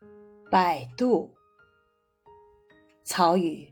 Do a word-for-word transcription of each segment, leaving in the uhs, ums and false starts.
摆渡。曹禺。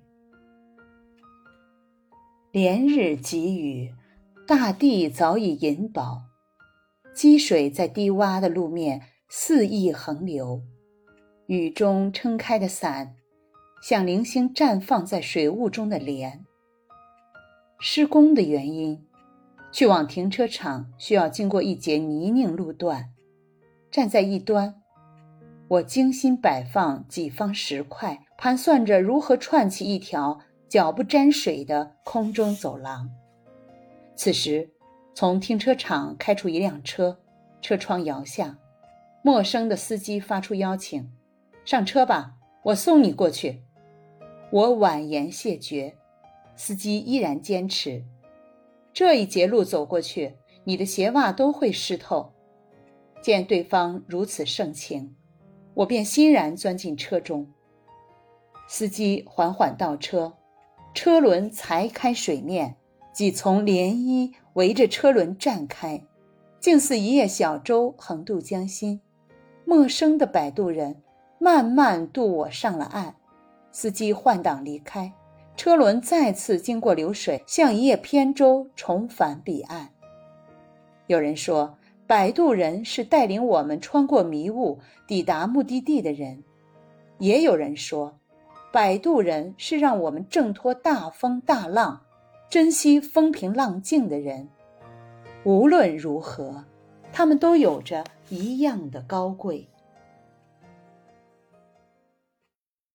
连日急雨，大地早已银饱，积水在低洼的路面肆意横流，雨中撑开的伞像零星绽放在水雾中的莲。施工的原因，去往停车场需要经过一节泥泞路段，站在一端，我精心摆放几方石块，盘算着如何串起一条脚不沾水的空中走廊。此时从停车场开出一辆车，车窗摇下，陌生的司机发出邀请：上车吧，我送你过去。我婉言谢绝，司机依然坚持：这一节路走过去，你的鞋袜都会湿透。见对方如此盛情，我便欣然钻进车中。司机缓缓倒车，车轮裁开水面，几丛涟漪围着车轮绽开，竟似一叶小舟横渡江心。陌生的摆渡人慢慢渡我上了岸，司机换挡离开，车轮再次经过流水，像一叶扁舟重返彼岸。有人说，摆渡人是带领我们穿过迷雾抵达目的地的人，也有人说，摆渡人是让我们挣脱大风大浪，珍惜风平浪静的人。无论如何，他们都有着一样的高贵。